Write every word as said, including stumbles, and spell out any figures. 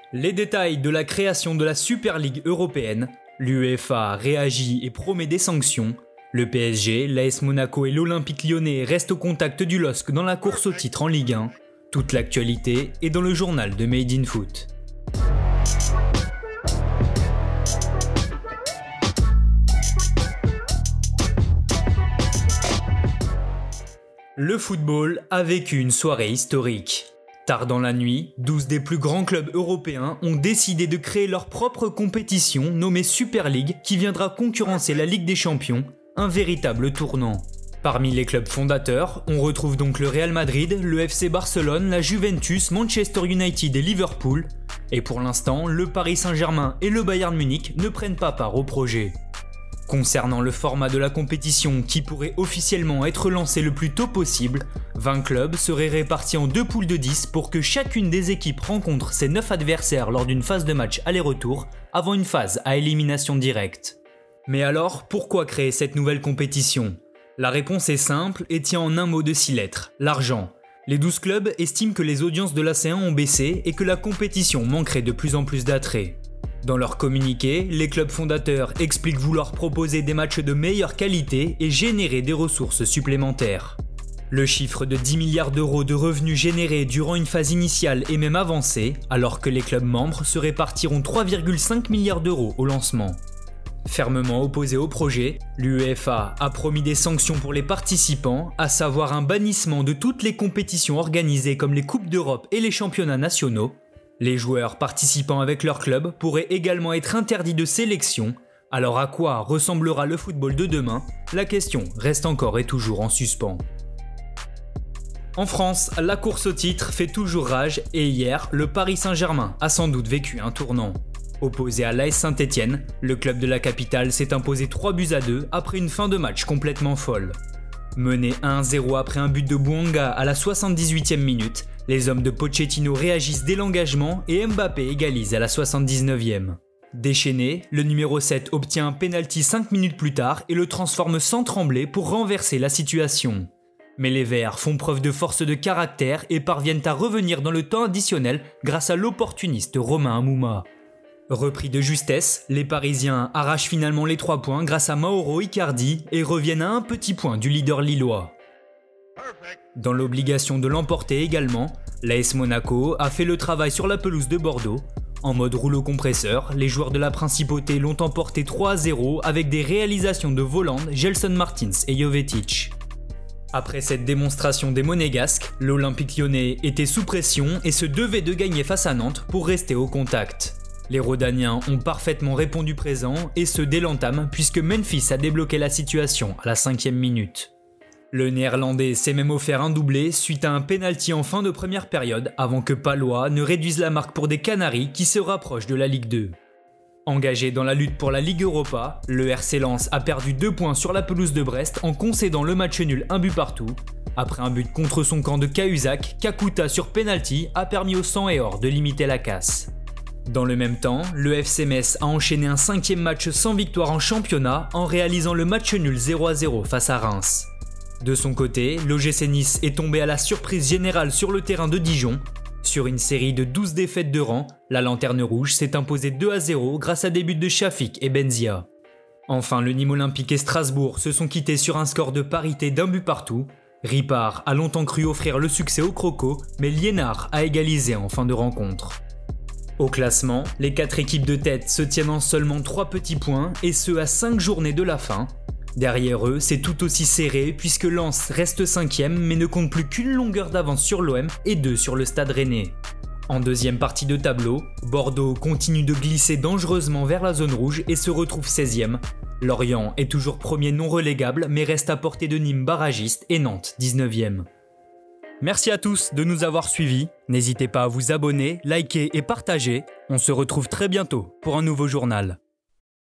Les détails de la création de la Super League européenne, l'UEFA réagit et promet des sanctions, le P S G, l'A S Monaco et l'Olympique Lyonnais restent au contact du L O S C dans la course au titre en Ligue un. Toute l'actualité est dans le journal de Made in Foot. Le football a vécu une soirée historique. Tard dans la nuit, douze des plus grands clubs européens ont décidé de créer leur propre compétition nommée Super League qui viendra concurrencer la Ligue des Champions, un véritable tournant. Parmi les clubs fondateurs, on retrouve donc le Real Madrid, le F C Barcelone, la Juventus, Manchester United et Liverpool. Et pour l'instant, le Paris Saint-Germain et le Bayern Munich ne prennent pas part au projet. Concernant le format de la compétition qui pourrait officiellement être lancé le plus tôt possible, vingt clubs seraient répartis en deux poules de dix pour que chacune des équipes rencontre ses neuf adversaires lors d'une phase de match aller-retour avant une phase à élimination directe. Mais alors, pourquoi créer cette nouvelle compétition ? La réponse est simple et tient en un mot de six lettres, l'argent. Les douze clubs estiment que les audiences de la C un ont baissé et que la compétition manquerait de plus en plus d'attrait. Dans leur communiqué, les clubs fondateurs expliquent vouloir proposer des matchs de meilleure qualité et générer des ressources supplémentaires. Le chiffre de dix milliards d'euros de revenus générés durant une phase initiale est même avancé, alors que les clubs membres se répartiront trois virgule cinq milliards d'euros au lancement. Fermement opposé au projet, l'UEFA a promis des sanctions pour les participants, à savoir un bannissement de toutes les compétitions organisées comme les Coupes d'Europe et les championnats nationaux. Les joueurs participant avec leur club pourraient également être interdits de sélection. Alors à quoi ressemblera le football de demain ? La question reste encore et toujours en suspens. En France, la course au titre fait toujours rage et hier, le Paris Saint-Germain a sans doute vécu un tournant. Opposé à l'A S Saint-Etienne, le club de la capitale s'est imposé trois buts à deux après une fin de match complètement folle. Mené un à zéro après un but de Bouanga à la soixante-dix-huitième minute, les hommes de Pochettino réagissent dès l'engagement et Mbappé égalise à la soixante-dix-neuvième. Déchaîné, le numéro sept obtient un pénalty cinq minutes plus tard et le transforme sans trembler pour renverser la situation. Mais les Verts font preuve de force de caractère et parviennent à revenir dans le temps additionnel grâce à l'opportuniste Romain Amouma. Repris de justesse, les Parisiens arrachent finalement les trois points grâce à Mauro Icardi et reviennent à un petit point du leader lillois. Dans l'obligation de l'emporter également, l'A S Monaco a fait le travail sur la pelouse de Bordeaux. En mode rouleau compresseur, les joueurs de la Principauté l'ont emporté trois à zéro avec des réalisations de Voland, Gelson Martins et Jovetic. Après cette démonstration des Monégasques, l'Olympique Lyonnais était sous pression et se devait de gagner face à Nantes pour rester au contact. Les Rhodaniens ont parfaitement répondu présent et ce dès l'entame puisque Memphis a débloqué la situation à la cinquième minute. Le Néerlandais s'est même offert un doublé suite à un pénalty en fin de première période avant que Palois ne réduise la marque pour des Canaries qui se rapprochent de la Ligue deux. Engagé dans la lutte pour la Ligue Europa, le R C Lens a perdu deux points sur la pelouse de Brest en concédant le match nul un but partout. Après un but contre son camp de Cahuzac, Kakuta sur penalty a permis au sang et or de limiter la casse. Dans le même temps, le F C Metz a enchaîné un cinquième match sans victoire en championnat en réalisant le match nul zéro à zéro face à Reims. De son côté, l'O G C Nice est tombé à la surprise générale sur le terrain de Dijon. Sur une série de douze défaites de rang, la Lanterne Rouge s'est imposée deux à zéro grâce à des buts de Shafik et Benzia. Enfin, le Nîmes Olympique et Strasbourg se sont quittés sur un score de parité d'un but partout. Ripard a longtemps cru offrir le succès aux Crocos, mais Liénard a égalisé en fin de rencontre. Au classement, les quatre équipes de tête se tiennent en seulement trois petits points et ce à cinq journées de la fin. Derrière eux, c'est tout aussi serré puisque Lens reste cinquième mais ne compte plus qu'une longueur d'avance sur l'O M et deux sur le Stade Rennais. En deuxième partie de tableau, Bordeaux continue de glisser dangereusement vers la zone rouge et se retrouve seizième. Lorient est toujours premier non relégable mais reste à portée de Nîmes barragiste et Nantes dix-neuvième. Merci à tous de nous avoir suivis. N'hésitez pas à vous abonner, liker et partager. On se retrouve très bientôt pour un nouveau journal.